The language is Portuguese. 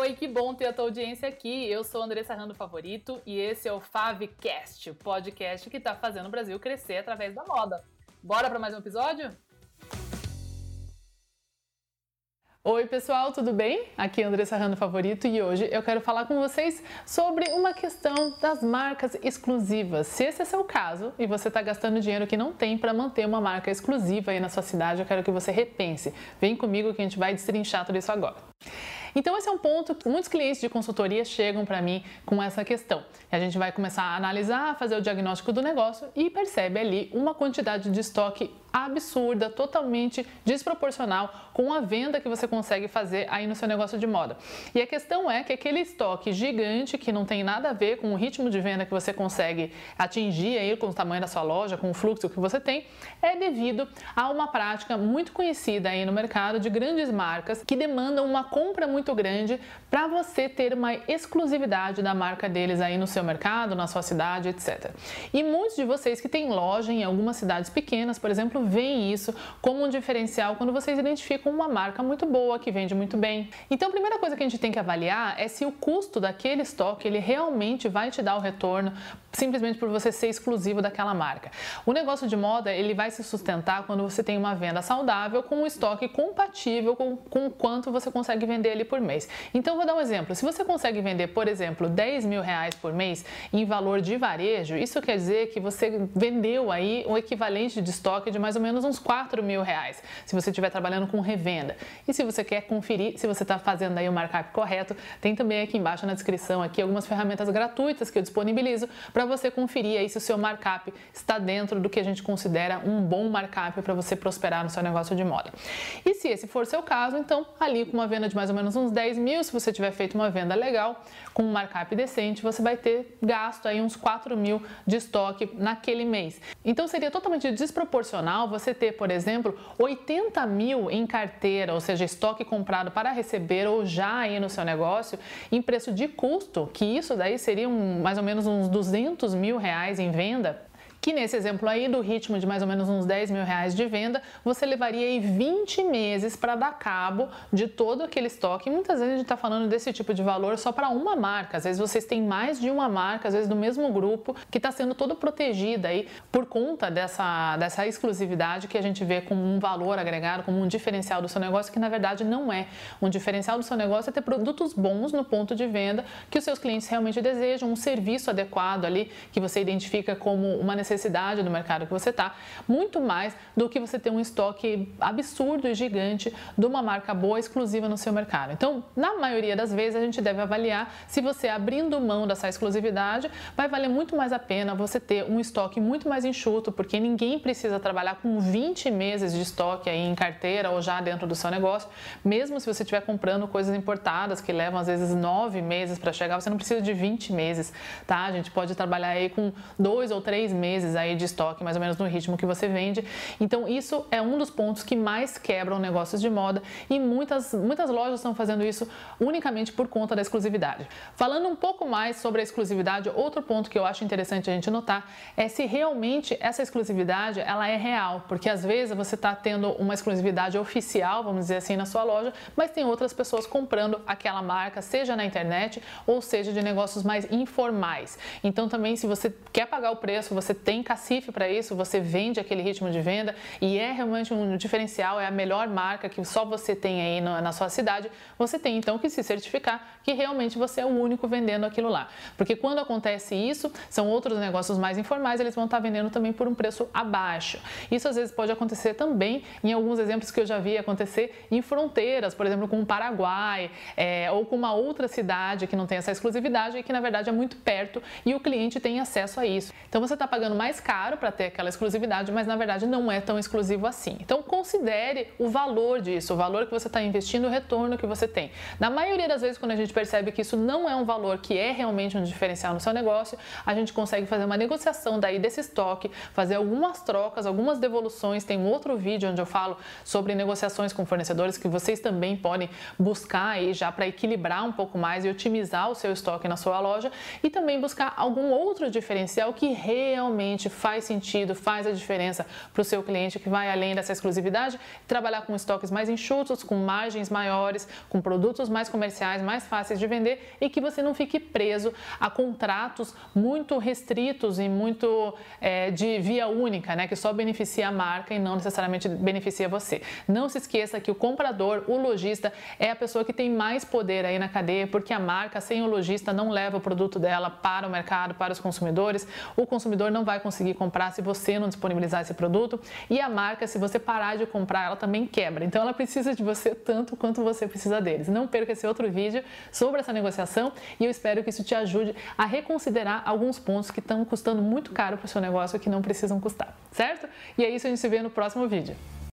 Oi, que bom ter a tua audiência aqui. Eu sou a Andressa Rando Favorito e esse é o Favcast, o podcast que tá fazendo o Brasil crescer através da moda. Bora para mais um episódio? Oi pessoal, tudo bem? Aqui é a Andressa Rando Favorito e hoje eu quero falar com vocês sobre uma questão das marcas exclusivas. Se esse é seu caso e você está gastando dinheiro que não tem para manter uma marca exclusiva aí na sua cidade, eu quero que você repense. Vem comigo que a gente vai destrinchar tudo isso agora. Então esse é um ponto que muitos clientes de consultoria chegam para mim com essa questão. A gente vai começar a analisar, fazer o diagnóstico do negócio e percebe ali uma quantidade de estoque absurda, totalmente desproporcional com a venda que você consegue fazer aí no seu negócio de moda. E a questão é que aquele estoque gigante que não tem nada a ver com o ritmo de venda que você consegue atingir aí com o tamanho da sua loja, com o fluxo que você tem, é devido a uma prática muito conhecida aí no mercado de grandes marcas que demandam uma compra muito grande para você ter uma exclusividade da marca deles aí no seu mercado, na sua cidade, etc. E muitos de vocês que têm loja em algumas cidades pequenas, por exemplo, veem isso como um diferencial quando vocês identificam uma marca muito boa, que vende muito bem. Então a primeira coisa que a gente tem que avaliar é se o custo daquele estoque ele realmente vai te dar o retorno simplesmente por você ser exclusivo daquela marca. O negócio de moda ele vai se sustentar quando você tem uma venda saudável com um estoque compatível com o quanto você consegue vender ali por mês. Então vou dar um exemplo, se você consegue vender, por exemplo, 10 mil reais por mês em valor de varejo, isso quer dizer que você vendeu aí o equivalente de estoque de mais ou menos uns 4 mil reais, se você estiver trabalhando com revenda. E se você quer conferir se você está fazendo aí o markup correto, tem também aqui embaixo na descrição aqui algumas ferramentas gratuitas que eu disponibilizo para você conferir aí se o seu markup está dentro do que a gente considera um bom markup para você prosperar no seu negócio de moda. E se esse for seu caso, então ali com uma venda de mais ou menos uns 10 mil, se você tiver feito uma venda legal, com um markup decente, você vai ter gasto aí uns 4 mil de estoque naquele mês. Então seria totalmente desproporcional você ter, por exemplo, 80 mil em carteira, ou seja, estoque comprado para receber ou já aí no seu negócio, em preço de custo, que isso daí seria mais ou menos uns 200 mil reais em venda, que nesse exemplo aí do ritmo de mais ou menos uns 10 mil reais de venda, você levaria aí 20 meses para dar cabo de todo aquele estoque. E muitas vezes a gente está falando desse tipo de valor só para uma marca, às vezes vocês têm mais de uma marca, às vezes do mesmo grupo, que está sendo todo protegida aí por conta dessa exclusividade que a gente vê como um valor agregado, como um diferencial do seu negócio, que na verdade não é. Um diferencial do seu negócio é ter produtos bons no ponto de venda que os seus clientes realmente desejam, um serviço adequado ali que você identifica como uma necessidade do mercado que você está, muito mais do que você ter um estoque absurdo e gigante de uma marca boa exclusiva no seu mercado. Então, na maioria das vezes, a gente deve avaliar se você abrindo mão dessa exclusividade, vai valer muito mais a pena você ter um estoque muito mais enxuto, porque ninguém precisa trabalhar com 20 meses de estoque aí em carteira ou já dentro do seu negócio, mesmo se você estiver comprando coisas importadas que levam às vezes 9 meses para chegar, você não precisa de 20 meses, tá? A gente pode trabalhar aí com 2 ou 3 meses aí de estoque, mais ou menos no ritmo que você vende. Então isso é um dos pontos que mais quebram negócios de moda e muitas lojas estão fazendo isso unicamente por conta da exclusividade. Falando um pouco mais sobre a exclusividade, outro ponto que eu acho interessante a gente notar é se realmente essa exclusividade ela é real, porque às vezes você está tendo uma exclusividade oficial, vamos dizer assim, na sua loja, mas tem outras pessoas comprando aquela marca, seja na internet ou seja de negócios mais informais. Então também se você quer pagar o preço, você tem cacife para isso, você vende aquele ritmo de venda e é realmente um diferencial, é a melhor marca que só você tem aí na sua cidade, você tem então que se certificar que realmente você é o único vendendo aquilo lá. Porque quando acontece isso, são outros negócios mais informais, eles vão estar vendendo também por um preço abaixo. Isso às vezes pode acontecer também em alguns exemplos que eu já vi acontecer em fronteiras, por exemplo, com o Paraguai, ou com uma outra cidade que não tem essa exclusividade e que na verdade é muito perto e o cliente tem acesso a isso. Então você está pagando mais caro para ter aquela exclusividade, mas na verdade não é tão exclusivo assim. Então considere o valor disso, o valor que você está investindo, o retorno que você tem. Na maioria das vezes, quando a gente percebe que isso não é um valor que é realmente um diferencial no seu negócio, a gente consegue fazer uma negociação daí desse estoque, fazer algumas trocas, algumas devoluções. Tem um outro vídeo onde eu falo sobre negociações com fornecedores que vocês também podem buscar aí já para equilibrar um pouco mais e otimizar o seu estoque na sua loja e também buscar algum outro diferencial que realmente realmente faz sentido, faz a diferença para o seu cliente, que vai além dessa exclusividade, trabalhar com estoques mais enxutos, com margens maiores, com produtos mais comerciais, mais fáceis de vender e que você não fique preso a contratos muito restritos e muito de via única, né, que só beneficia a marca e não necessariamente beneficia você. Não se esqueça que o comprador, o lojista, é a pessoa que tem mais poder aí na cadeia, porque a marca sem o lojista não leva o produto dela para o mercado, para os consumidores. O consumidor não vai conseguir comprar se você não disponibilizar esse produto e a marca, se você parar de comprar, ela também quebra. Então ela precisa de você tanto quanto você precisa deles. Não perca esse outro vídeo sobre essa negociação e eu espero que isso te ajude a reconsiderar alguns pontos que estão custando muito caro para o seu negócio e que não precisam custar, certo? E é isso, a gente se vê no próximo vídeo.